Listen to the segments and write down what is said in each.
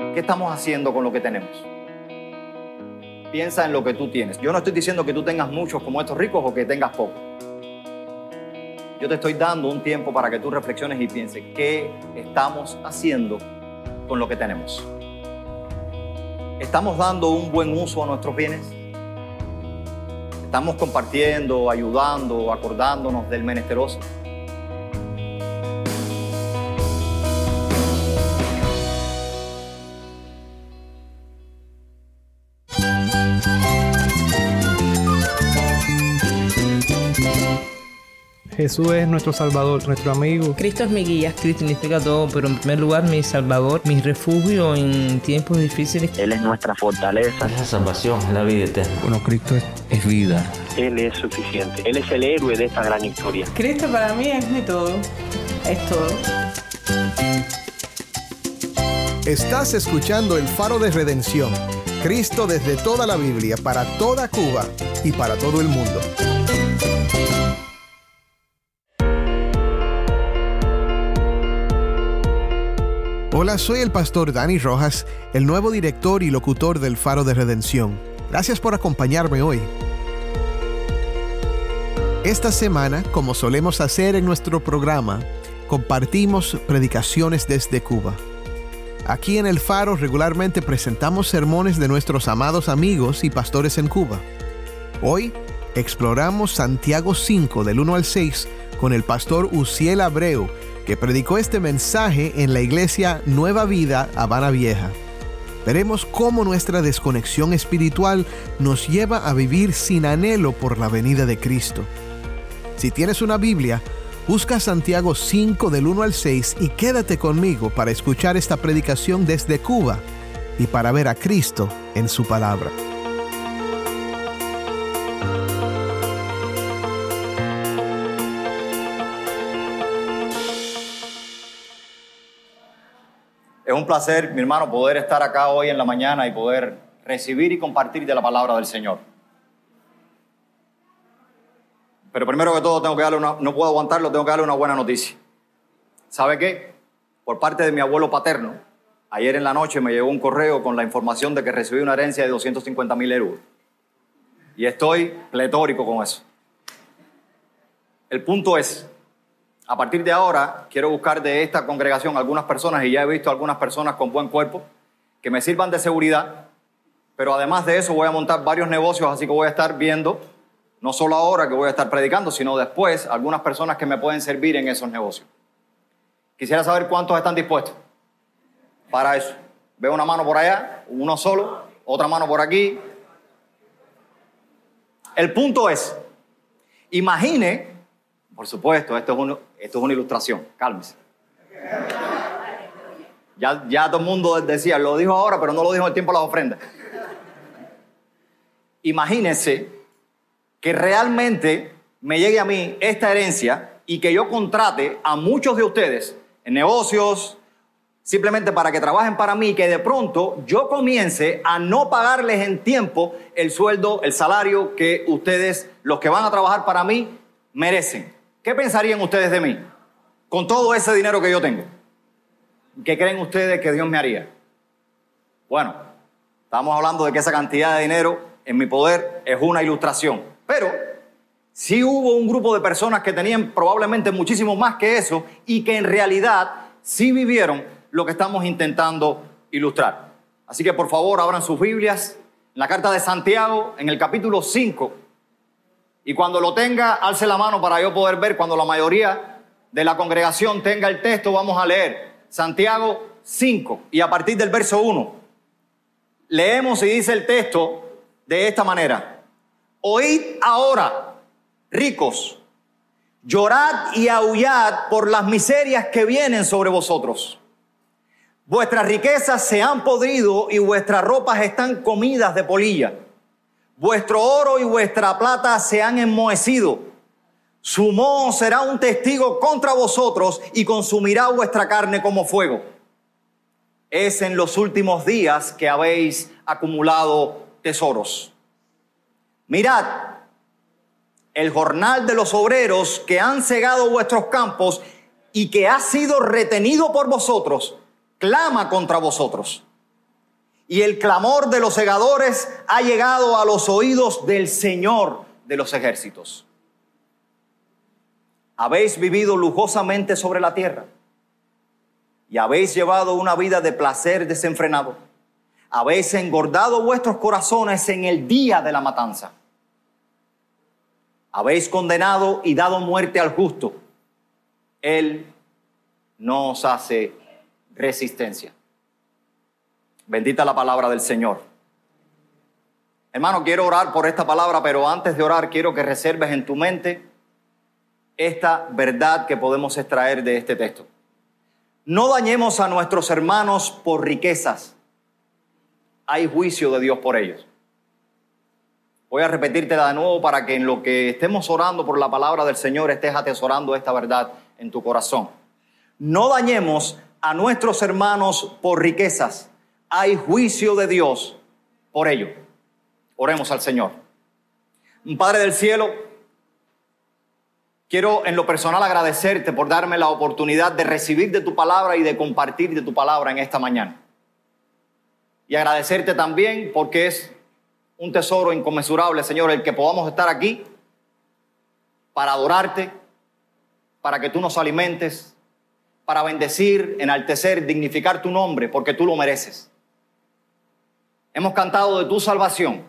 ¿Qué estamos haciendo con lo que tenemos? Piensa en lo que tú tienes. Yo no estoy diciendo que tú tengas muchos como estos ricos o que tengas poco. Yo te estoy dando un tiempo para que tú reflexiones y pienses qué estamos haciendo con lo que tenemos. ¿Estamos dando un buen uso a nuestros bienes? ¿Estamos compartiendo, ayudando, acordándonos del menesteroso? Jesús es nuestro Salvador, nuestro amigo. Cristo es mi guía. Cristo significa todo, pero en primer lugar mi Salvador, mi refugio en tiempos difíciles. Él es nuestra fortaleza. Es la salvación, es la vida eterna. Bueno, Cristo es vida. Él es suficiente. Él es el héroe de esta gran historia. Cristo para mí es mi todo. Es todo. Estás escuchando El Faro de Redención. Cristo desde toda la Biblia, para toda Cuba y para todo el mundo. Hola, soy el pastor Dani Rojas, el nuevo director y locutor del Faro de Redención. Gracias por acompañarme hoy. Esta semana, como solemos hacer en nuestro programa, compartimos predicaciones desde Cuba. Aquí en el Faro regularmente presentamos sermones de nuestros amados amigos y pastores en Cuba. Hoy exploramos Santiago 5 del 1 al 6 con el pastor Uziel Abreu, que predicó este mensaje en la iglesia Nueva Vida, Habana Vieja. Veremos cómo nuestra desconexión espiritual nos lleva a vivir sin anhelo por la venida de Cristo. Si tienes una Biblia, busca Santiago 5 del 1 al 6 y quédate conmigo para escuchar esta predicación desde Cuba y para ver a Cristo en su palabra. Es un placer, mi hermano, poder estar acá hoy en la mañana y poder recibir y compartir de la palabra del Señor. Pero primero que todo no puedo aguantarlo, tengo que darle una buena noticia. ¿Sabe qué? Por parte de mi abuelo paterno, ayer en la noche me llegó un correo con la información de que recibí una herencia de 250,000 euros. Y estoy pletórico con eso. El punto es, a partir de ahora, quiero buscar de esta congregación algunas personas, y ya he visto algunas personas con buen cuerpo, que me sirvan de seguridad, pero además de eso voy a montar varios negocios, así que voy a estar viendo, no solo ahora que voy a estar predicando, sino después, algunas personas que me pueden servir en esos negocios. Quisiera saber cuántos están dispuestos para eso. Veo una mano por allá, uno solo, otra mano por aquí. El punto es, imagine, por supuesto, esto es una ilustración, cálmese. Ya todo el mundo decía, lo dijo ahora, pero no lo dijo en el tiempo de las ofrendas. Imagínense que realmente me llegue a mí esta herencia y que yo contrate a muchos de ustedes en negocios, simplemente para que trabajen para mí, y que de pronto yo comience a no pagarles en tiempo el sueldo, el salario que ustedes, los que van a trabajar para mí, merecen. ¿Qué pensarían ustedes de mí con todo ese dinero que yo tengo? ¿Qué creen ustedes que Dios me haría? Bueno, estamos hablando de que esa cantidad de dinero en mi poder es una ilustración. Pero sí hubo un grupo de personas que tenían probablemente muchísimo más que eso y que en realidad sí vivieron lo que estamos intentando ilustrar. Así que por favor abran sus Biblias en la carta de Santiago, en el capítulo 5. Y cuando lo tenga, alce la mano para yo poder ver. Cuando la mayoría de la congregación tenga el texto, vamos a leer Santiago 5. Y a partir del verso 1, leemos y dice el texto de esta manera. Oíd ahora, ricos, llorad y aullad por las miserias que vienen sobre vosotros. Vuestras riquezas se han podrido y vuestras ropas están comidas de polilla. Vuestro oro y vuestra plata se han enmohecido. Su moho será un testigo contra vosotros y consumirá vuestra carne como fuego. Es en los últimos días que habéis acumulado tesoros. Mirad, el jornal de los obreros que han cegado vuestros campos y que ha sido retenido por vosotros, clama contra vosotros. y el clamor de los segadores ha llegado a los oídos del Señor de los ejércitos. Habéis vivido lujosamente sobre la tierra y habéis llevado una vida de placer desenfrenado. Habéis engordado vuestros corazones en el día de la matanza. Habéis condenado y dado muerte al justo. Él no os hace resistencia. Bendita la palabra del Señor. Hermano, quiero orar por esta palabra, pero antes de orar quiero que reserves en tu mente esta verdad que podemos extraer de este texto. No dañemos a nuestros hermanos por riquezas. Hay juicio de Dios por ellos. Voy a repetírtela de nuevo para que en lo que estemos orando por la palabra del Señor estés atesorando esta verdad en tu corazón. No dañemos a nuestros hermanos por riquezas. Hay juicio de Dios por ello. Oremos al Señor. Padre del cielo, quiero en lo personal agradecerte por darme la oportunidad de recibir de tu palabra y de compartir de tu palabra en esta mañana. Y agradecerte también porque es un tesoro inconmensurable, Señor, el que podamos estar aquí para adorarte, para que tú nos alimentes, para bendecir, enaltecer, dignificar tu nombre, porque tú lo mereces. Hemos cantado de tu salvación.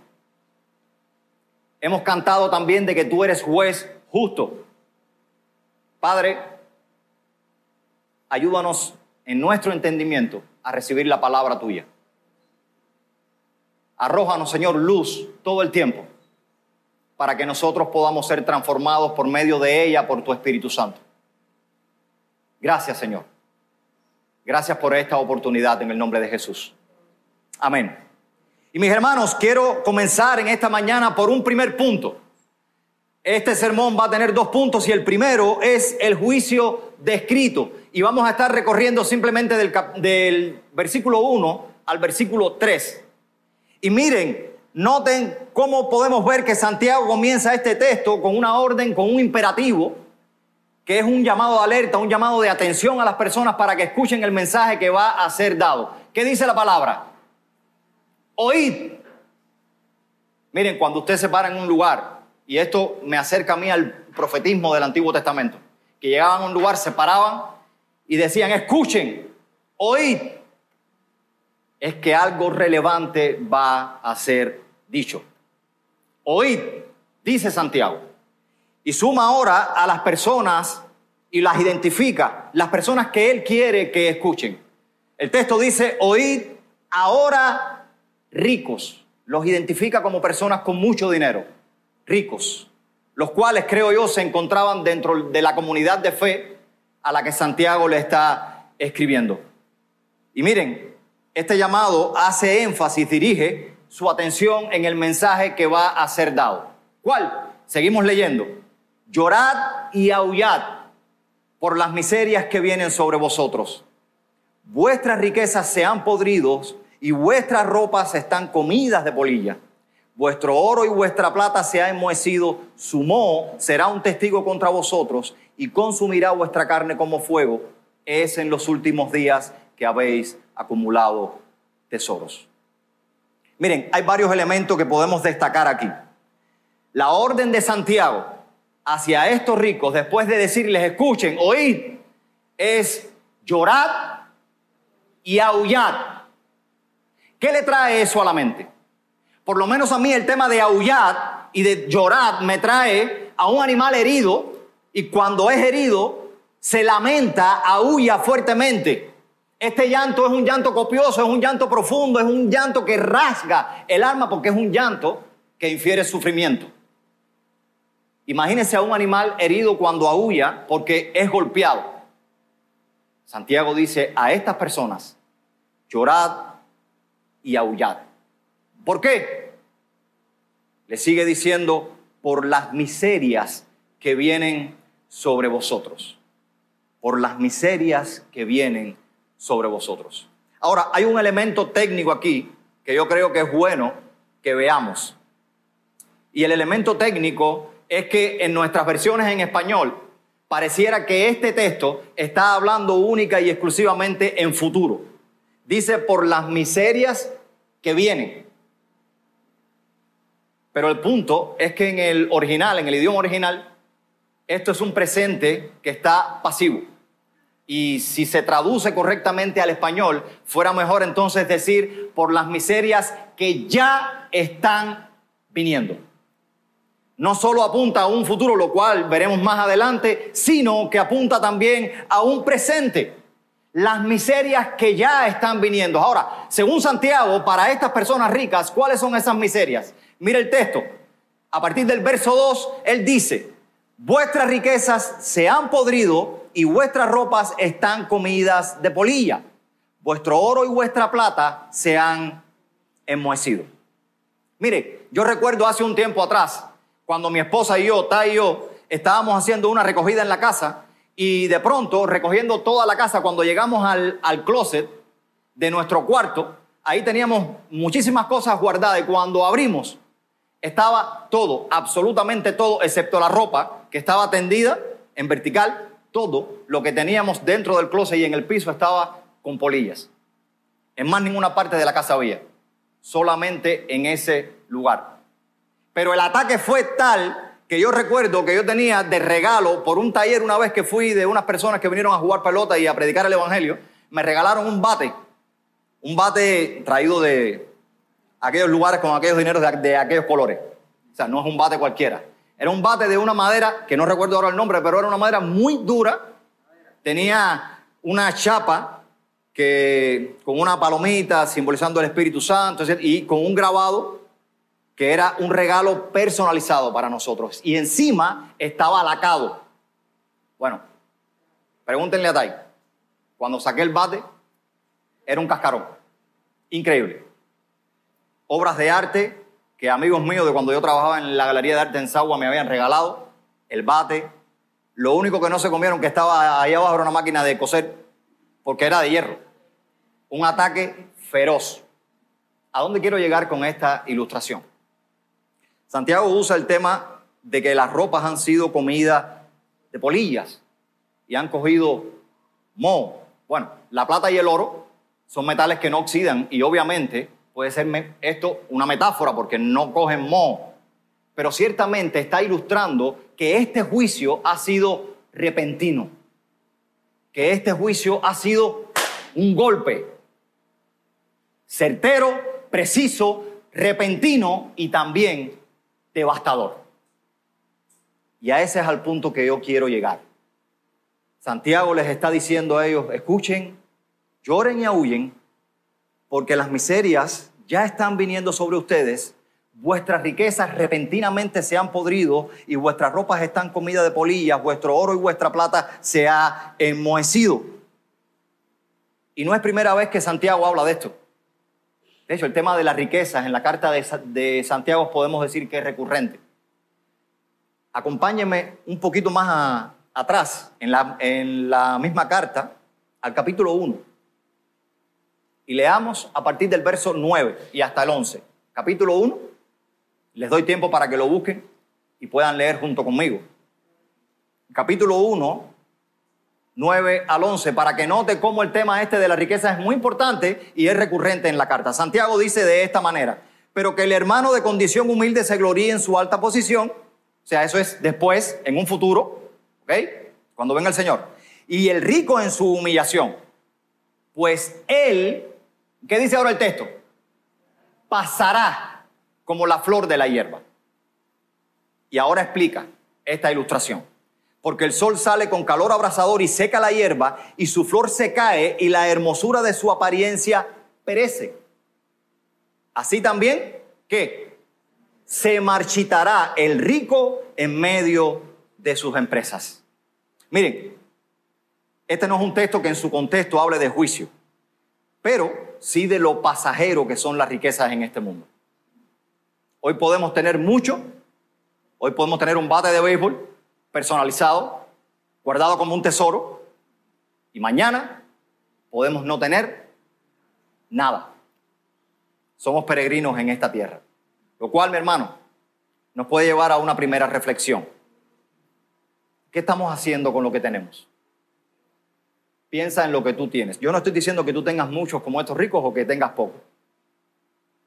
Hemos cantado también de que tú eres juez justo. Padre, ayúdanos en nuestro entendimiento a recibir la palabra tuya. Arrójanos, Señor, luz todo el tiempo para que nosotros podamos ser transformados por medio de ella, por tu Espíritu Santo. Gracias, Señor. Gracias por esta oportunidad en el nombre de Jesús. Amén. Y mis hermanos, quiero comenzar en esta mañana por un primer punto. Este sermón va a tener 2 puntos y el primero es el juicio descrito. Y vamos a estar recorriendo simplemente del versículo 1 al versículo 3. Y miren, noten cómo podemos ver que Santiago comienza este texto con una orden, con un imperativo, que es un llamado de alerta, un llamado de atención a las personas para que escuchen el mensaje que va a ser dado. ¿Qué dice la palabra? Oíd. Miren, cuando usted se para en un lugar, y esto me acerca a mí al profetismo del Antiguo Testamento, que llegaban a un lugar, se paraban y decían, escuchen, oíd. Es que algo relevante va a ser dicho. Oíd, dice Santiago. Y suma ahora a las personas y las identifica, las personas que él quiere que escuchen. El texto dice, oíd ahora ricos. Los identifica como personas con mucho dinero, ricos, los cuales, creo yo, se encontraban dentro de la comunidad de fe a la que Santiago le está escribiendo. Y miren, este llamado hace énfasis, dirige su atención en el mensaje que va a ser dado. ¿Cuál? Seguimos leyendo. Llorad y aullad por las miserias que vienen sobre vosotros. Vuestras riquezas se han podrido y vuestras ropas están comidas de polilla. Vuestro oro y vuestra plata se ha enmohecido. Su moho será un testigo contra vosotros y consumirá vuestra carne como fuego. Es en los últimos días que habéis acumulado tesoros. Miren, hay varios elementos que podemos destacar aquí. La orden de Santiago hacia estos ricos, después de decirles, escuchen, oíd, es llorad y aullad. ¿Qué le trae eso a la mente? Por lo menos a mí el tema de aullad y de llorad me trae a un animal herido y cuando es herido se lamenta, aúlla fuertemente. Este llanto es un llanto copioso, es un llanto profundo, es un llanto que rasga el alma porque es un llanto que infiere sufrimiento. Imagínense a un animal herido cuando aúlla porque es golpeado. Santiago dice a estas personas, llorad y aullad. ¿Por qué? Le sigue diciendo, por las miserias que vienen sobre vosotros. Por las miserias que vienen sobre vosotros. Ahora, hay un elemento técnico aquí que yo creo que es bueno que veamos. Y el elemento técnico es que en nuestras versiones en español pareciera que este texto está hablando única y exclusivamente en futuro. Dice, por las miserias que vienen. Pero el punto es que en el original, en el idioma original, esto es un presente que está pasivo. Y si se traduce correctamente al español, fuera mejor entonces decir por las miserias que ya están viniendo. No solo apunta a un futuro, lo cual veremos más adelante, sino que apunta también a un presente. Las miserias que ya están viniendo. Ahora, según Santiago, para estas personas ricas, ¿cuáles son esas miserias? Mira el texto. A partir del verso 2, él dice: vuestras riquezas se han podrido y vuestras ropas están comidas de polilla. Vuestro oro y vuestra plata se han enmohecido. Mire, yo recuerdo hace un tiempo atrás, cuando mi esposa y yo, Tai y yo, estábamos haciendo una recogida en la casa y de pronto, recogiendo toda la casa, cuando llegamos al closet de nuestro cuarto, ahí teníamos muchísimas cosas guardadas y cuando abrimos, estaba todo, absolutamente todo, excepto la ropa que estaba tendida en vertical. Todo lo que teníamos dentro del closet y en el piso estaba con polillas. En más ninguna parte de la casa había, solamente en ese lugar. Pero el ataque fue tal que yo recuerdo que yo tenía de regalo por un taller una vez que fui de unas personas que vinieron a jugar pelota y a predicar el evangelio, me regalaron un bate traído de aquellos lugares con aquellos dineros de aquellos colores. O sea, no es un bate cualquiera. Era un bate de una madera, que no recuerdo ahora el nombre, pero era una madera muy dura. Tenía una chapa con una palomita simbolizando el Espíritu Santo y con un grabado que era un regalo personalizado para nosotros. Y encima estaba lacado. Bueno, pregúntenle a Tai. Cuando saqué el bate, era un cascarón. Increíble. Obras de arte que amigos míos de cuando yo trabajaba en la Galería de Arte en Sagua me habían regalado, el bate. Lo único que no se comieron que estaba ahí abajo era una máquina de coser, porque era de hierro. Un ataque feroz. ¿A dónde quiero llegar con esta ilustración? Santiago usa el tema de que las ropas han sido comidas de polillas y han cogido moho. Bueno, la plata y el oro son metales que no oxidan y obviamente puede ser esto una metáfora porque no cogen moho, pero ciertamente está ilustrando que este juicio ha sido repentino, que este juicio ha sido un golpe certero, preciso, repentino y también devastador. Y a ese es el punto que yo quiero llegar. Santiago les está diciendo a ellos: escuchen, lloren y aúllen, porque las miserias ya están viniendo sobre ustedes, vuestras riquezas repentinamente se han podrido y vuestras ropas están comidas de polillas, vuestro oro y vuestra plata se ha enmohecido. Y no es primera vez que Santiago habla de esto. De hecho, el tema de las riquezas en la carta de Santiago podemos decir que es recurrente. Acompáñenme un poquito más atrás, en la misma carta, al capítulo 1. Y leamos a partir del verso 9 y hasta el 11. Capítulo 1, les doy tiempo para que lo busquen y puedan leer junto conmigo. Capítulo 1, 9 al 11, para que note cómo el tema este de la riqueza es muy importante y es recurrente en la carta. Santiago dice de esta manera: pero que el hermano de condición humilde se gloríe en su alta posición, o sea, eso es después, en un futuro, ¿ok? Cuando venga el Señor. Y el rico en su humillación, pues él, ¿qué dice ahora el texto? Pasará como la flor de la hierba. Y ahora explica esta ilustración. Porque el sol sale con calor abrasador y seca la hierba, y su flor se cae y la hermosura de su apariencia perece. Así también, ¿qué? Se marchitará el rico en medio de sus empresas. Miren, este no es un texto que en su contexto hable de juicio, pero sí de lo pasajero que son las riquezas en este mundo. Hoy podemos tener mucho, hoy podemos tener un bate de béisbol personalizado, guardado como un tesoro, y mañana podemos no tener nada. Somos peregrinos en esta tierra, lo cual, mi hermano, nos puede llevar a una primera reflexión. ¿Qué estamos haciendo con lo que tenemos? Piensa en lo que tú tienes. Yo no estoy diciendo que tú tengas muchos como estos ricos o que tengas poco.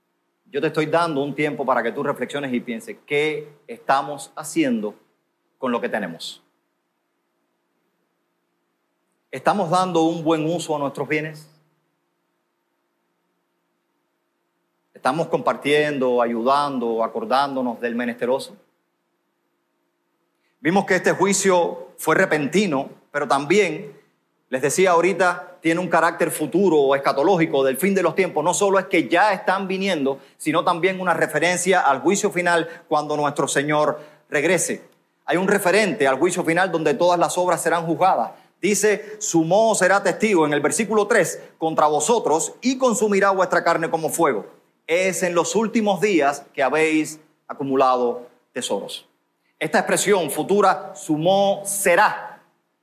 yo te estoy dando un tiempo para que tú reflexiones y pienses qué estamos haciendo con lo que tenemos. ¿Estamos dando un buen uso a nuestros bienes? ¿Estamos compartiendo, ayudando, acordándonos del menesteroso? Vimos que este juicio fue repentino, pero también, les decía ahorita, tiene un carácter futuro o escatológico del fin de los tiempos. No solo es que ya están viniendo, sino también una referencia al juicio final cuando nuestro Señor regrese. Hay un referente al juicio final donde todas las obras serán juzgadas. Dice, su moho será testigo en el versículo 3 contra vosotros y consumirá vuestra carne como fuego. Es en los últimos días que habéis acumulado tesoros. Esta expresión futura, su moho será,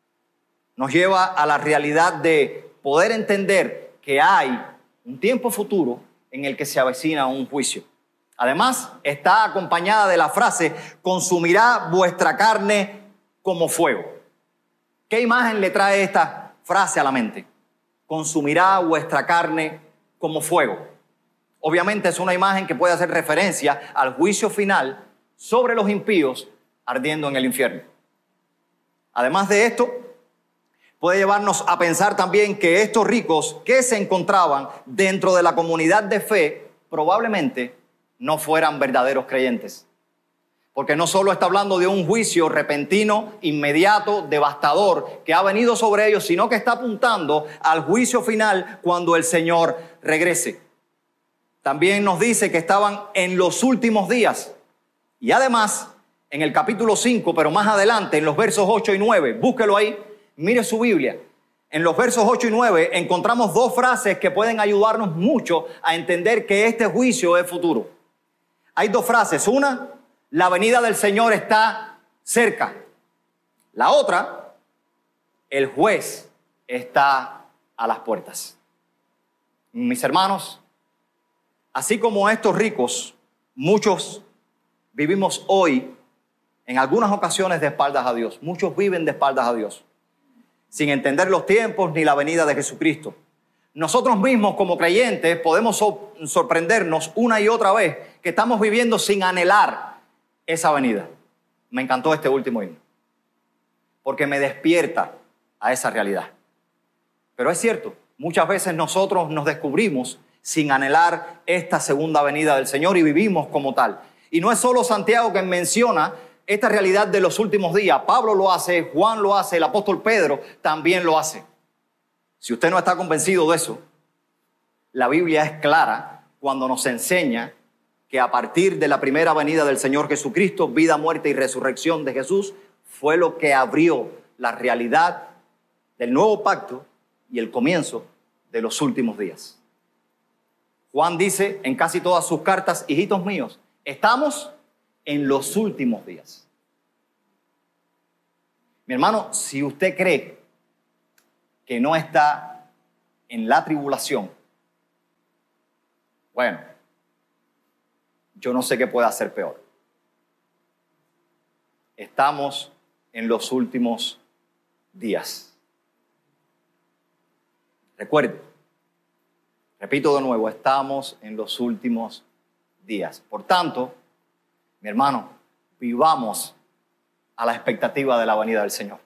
nos lleva a la realidad de poder entender que hay un tiempo futuro en el que se avecina un juicio. Además, está acompañada de la frase, consumirá vuestra carne como fuego. ¿Qué imagen le trae esta frase a la mente? Consumirá vuestra carne como fuego. Obviamente es una imagen que puede hacer referencia al juicio final sobre los impíos ardiendo en el infierno. Además de esto, puede llevarnos a pensar también que estos ricos que se encontraban dentro de la comunidad de fe probablemente no fueran verdaderos creyentes. Porque no solo está hablando de un juicio repentino, inmediato, devastador que ha venido sobre ellos, sino que está apuntando al juicio final cuando el Señor regrese. También nos dice que estaban en los últimos días. Y además, en el capítulo 5, pero más adelante, en los versos 8 y 9, búsquelo ahí, mire su Biblia. En los versos 8 y 9 encontramos dos frases que pueden ayudarnos mucho a entender que este juicio es futuro. Hay dos frases. Una, la venida del Señor está cerca. La otra, el juez está a las puertas. Mis hermanos, así como estos ricos, muchos vivimos hoy en algunas ocasiones de espaldas a Dios. Muchos viven de espaldas a Dios, sin entender los tiempos ni la venida de Jesucristo. Nosotros mismos como creyentes podemos sorprendernos una y otra vez que estamos viviendo sin anhelar esa venida. Me encantó este último himno, porque me despierta a esa realidad. Pero es cierto, muchas veces nosotros nos descubrimos sin anhelar esta segunda venida del Señor y vivimos como tal. Y no es solo Santiago quien menciona esta realidad de los últimos días. Pablo lo hace, Juan lo hace, el apóstol Pedro también lo hace. Si usted no está convencido de eso, la Biblia es clara cuando nos enseña que a partir de la primera venida del Señor Jesucristo, vida, muerte y resurrección de Jesús, fue lo que abrió la realidad del nuevo pacto y el comienzo de los últimos días. Juan dice en casi todas sus cartas, hijitos míos, estamos en los últimos días. Mi hermano, si usted cree que no está en la tribulación, bueno, yo no sé qué puede hacer peor. Estamos en los últimos días. Recuerde, repito de nuevo, estamos en los últimos días. Por tanto, mi hermano, vivamos a la expectativa de la venida del Señor.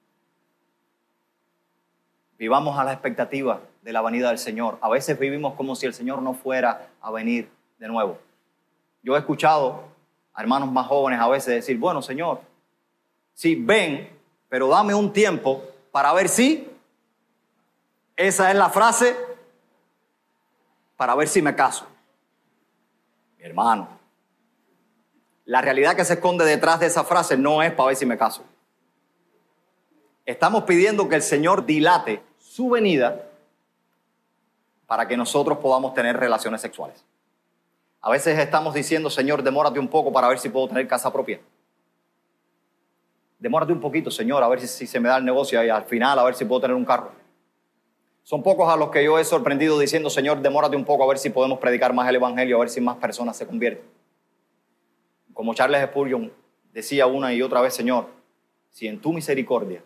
Vivamos a la expectativa de la venida del Señor. A veces vivimos como si el Señor no fuera a venir de nuevo. Yo he escuchado a hermanos más jóvenes a veces decir, bueno, Señor, sí, ven, pero dame un tiempo para ver si. Esa es la frase, para ver si me caso. Mi hermano, la realidad que se esconde detrás de esa frase no es para ver si me caso. Estamos pidiendo que el Señor dilate su venida para que nosotros podamos tener relaciones sexuales. A veces estamos diciendo, Señor, demórate un poco para ver si puedo tener casa propia. Demórate un poquito, Señor, a ver si se me da el negocio y al final a ver si puedo tener un carro. Son pocos a los que yo he sorprendido diciendo, Señor, demórate un poco a ver si podemos predicar más el evangelio, a ver si más personas se convierten. Como Charles Spurgeon decía una y otra vez, Señor, si en tu misericordia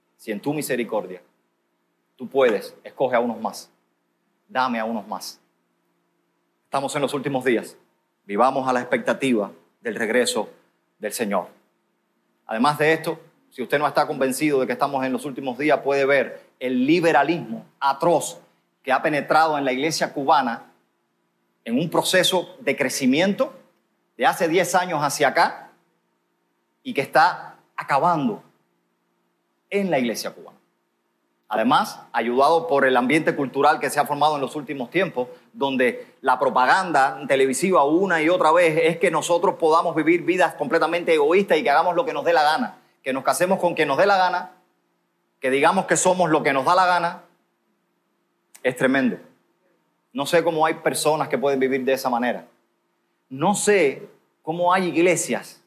tú puedes, escoge a unos más, dame a unos más. Estamos en los últimos días. Vivamos a la expectativa del regreso del Señor. Además de esto, si usted no está convencido de que estamos en los últimos días, puede ver el liberalismo atroz que ha penetrado en la iglesia cubana en un proceso de crecimiento de hace 10 años hacia acá y que está acabando en la iglesia cubana. Además, ayudado por el ambiente cultural que se ha formado en los últimos tiempos, donde la propaganda televisiva una y otra vez es que nosotros podamos vivir vidas completamente egoístas y que hagamos lo que nos dé la gana, que nos casemos con quien nos dé la gana, que digamos que somos lo que nos da la gana, es tremendo. No sé cómo hay personas que pueden vivir de esa manera. No sé cómo hay iglesias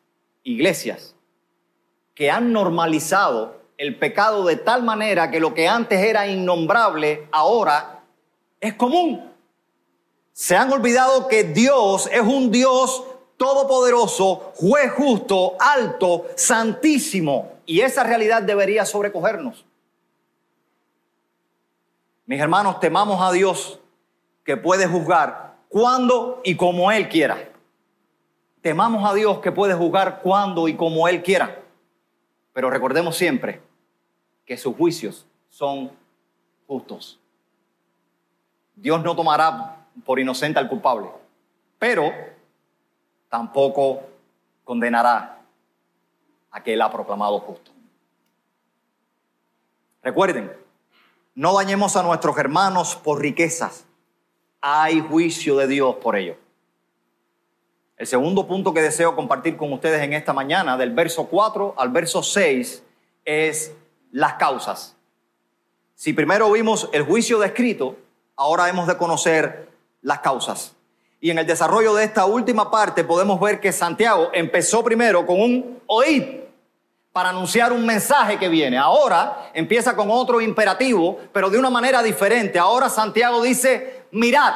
que han normalizado el pecado de tal manera que lo que antes era innombrable ahora es común. Se han olvidado que Dios es un Dios todopoderoso, juez justo, alto, santísimo, y esa realidad debería sobrecogernos. Mis hermanos, temamos a Dios que puede juzgar cuando y como Él quiera. Temamos a Dios que puede juzgar cuando y como Él quiera. Pero recordemos siempre que sus juicios son justos. Dios no tomará por inocente al culpable, pero tampoco condenará a que Él ha proclamado justo. Recuerden, no dañemos a nuestros hermanos por riquezas. Hay juicio de Dios por ello. El segundo punto que deseo compartir con ustedes en esta mañana, del verso 4 al verso 6, es las causas. Si primero vimos el juicio descrito, ahora hemos de conocer las causas. Y en el desarrollo de esta última parte podemos ver que Santiago empezó primero con un oíd para anunciar un mensaje que viene. Ahora empieza con otro imperativo, pero de una manera diferente. Ahora Santiago dice, mirad,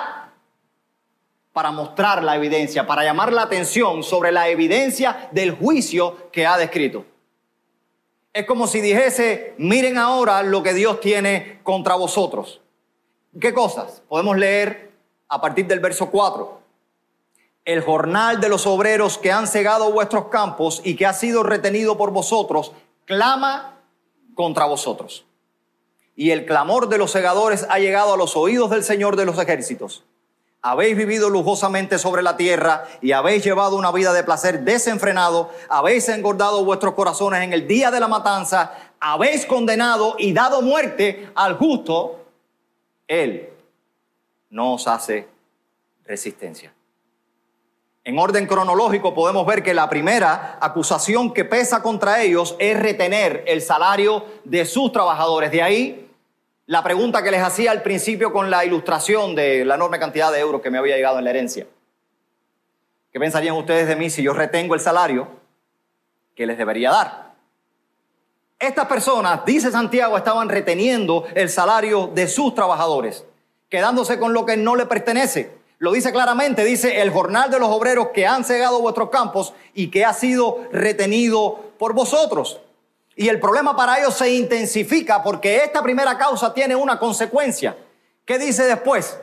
para mostrar la evidencia, para llamar la atención sobre la evidencia del juicio que ha descrito. Es como si dijese, miren ahora lo que Dios tiene contra vosotros. ¿Qué cosas? Podemos leer a partir del verso 4. El jornal de los obreros que han cegado vuestros campos y que ha sido retenido por vosotros, clama contra vosotros. Y el clamor de los segadores ha llegado a los oídos del Señor de los ejércitos. Habéis vivido lujosamente sobre la tierra y habéis llevado una vida de placer desenfrenado, habéis engordado vuestros corazones en el día de la matanza, habéis condenado y dado muerte al justo. Él no os hace resistencia. En orden cronológico podemos ver que la primera acusación que pesa contra ellos es retener el salario de sus trabajadores. De ahí la pregunta que les hacía al principio con la ilustración de la enorme cantidad de euros que me había llegado en la herencia. ¿Qué pensarían ustedes de mí si yo retengo el salario que les debería dar? Estas personas, dice Santiago, estaban reteniendo el salario de sus trabajadores, quedándose con lo que no le pertenece. Lo dice claramente, dice el jornal de los obreros que han cegado vuestros campos y que ha sido retenido por vosotros. Y el problema para ellos se intensifica porque esta primera causa tiene una consecuencia. ¿Qué dice después?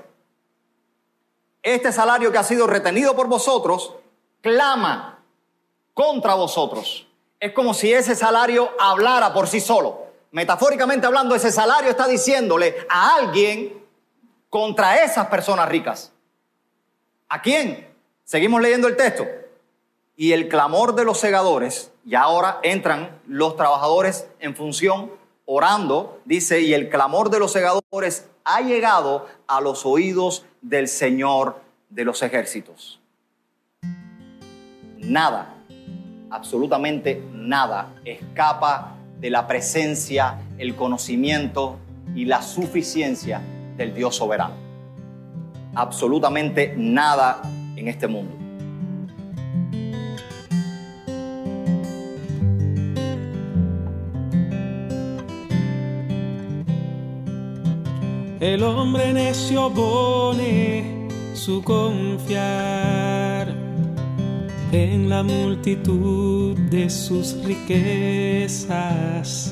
Este salario que ha sido retenido por vosotros clama contra vosotros. Es como si ese salario hablara por sí solo. Metafóricamente hablando, ese salario está diciéndole a alguien contra esas personas ricas. ¿A quién? Seguimos leyendo el texto. Y el clamor de los segadores, y ahora entran los trabajadores en función, orando, dice, y el clamor de los segadores ha llegado a los oídos del Señor de los ejércitos. Nada, absolutamente nada, escapa de la presencia, el conocimiento y la suficiencia del Dios soberano. Absolutamente nada en este mundo. El hombre necio pone su confiar en la multitud de sus riquezas.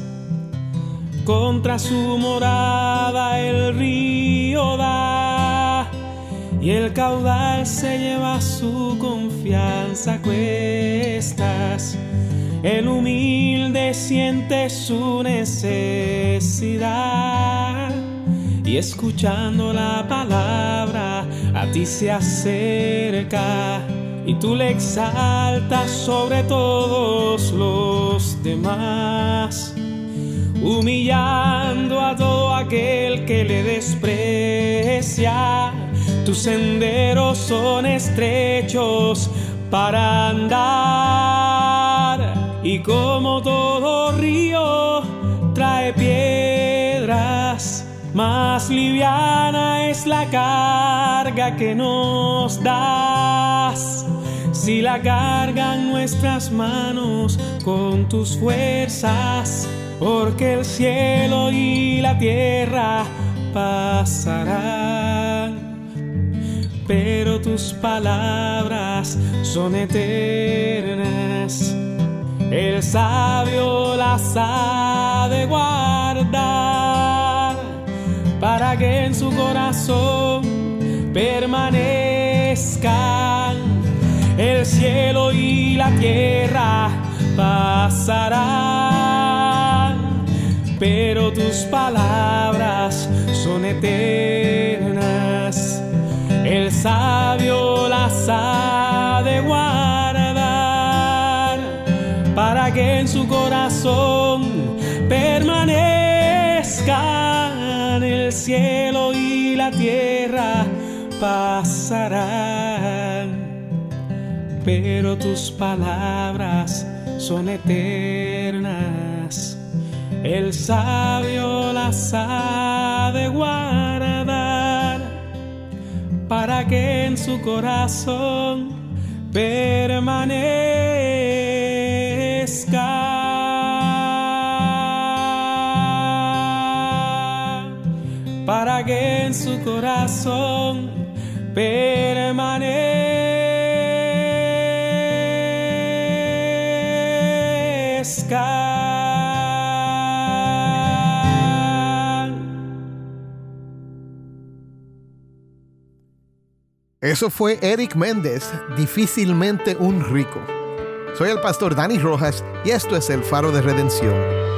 Contra su morada el río da y el caudal se lleva su confianza a cuestas. El humilde siente su necesidad y escuchando la palabra a ti se acerca y tú le exaltas sobre todos los demás, humillando a todo aquel que le desprecia. Tus senderos son estrechos para andar, y como todo río trae piedras, más liviana es la carga que nos das. Si la cargan nuestras manos con tus fuerzas, porque el cielo y la tierra pasarán, pero tus palabras son eternas. El sabio las ha de guardar, para que en su corazón permanezcan. El cielo y la tierra pasarán, pero tus palabras son eternas. El sabio las ha de guardar, para que en su corazón permanezcan. El cielo y la tierra pasarán, pero tus palabras son eternas. El sabio las ha de guardar, para que en su corazón permanezca. Para que en su corazón permanezca. Eso fue Eric Méndez, Difícilmente un rico. Soy el pastor Dani Rojas y esto es El Faro de Redención.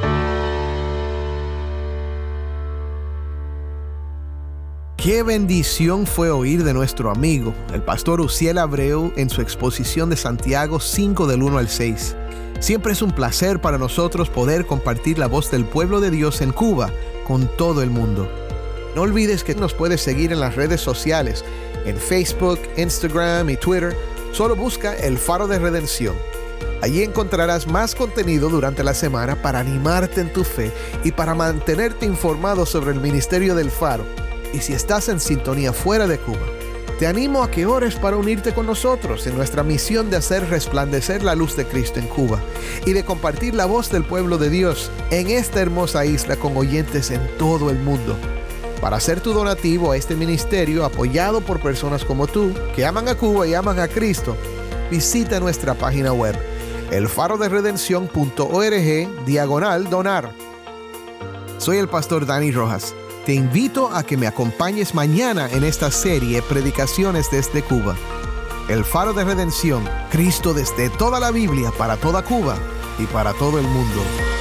Qué bendición fue oír de nuestro amigo, el pastor Uziel Abreu, en su exposición de Santiago 5 del 1 al 6. Siempre es un placer para nosotros poder compartir la voz del pueblo de Dios en Cuba con todo el mundo. No olvides que nos puedes seguir en las redes sociales, en Facebook, Instagram y Twitter. Solo busca El Faro de Redención. Allí encontrarás más contenido durante la semana para animarte en tu fe y para mantenerte informado sobre el ministerio del Faro. Y si estás en sintonía fuera de Cuba, te animo a que ores para unirte con nosotros en nuestra misión de hacer resplandecer la luz de Cristo en Cuba y de compartir la voz del pueblo de Dios en esta hermosa isla con oyentes en todo el mundo. Para hacer tu donativo a este ministerio apoyado por personas como tú que aman a Cuba y aman a Cristo, visita nuestra página web elfaroderedención.org/donar. Soy el pastor Dani Rojas. Te invito a que me acompañes mañana en esta serie Predicaciones desde Cuba. El Faro de Redención, Cristo desde toda la Biblia para toda Cuba y para todo el mundo.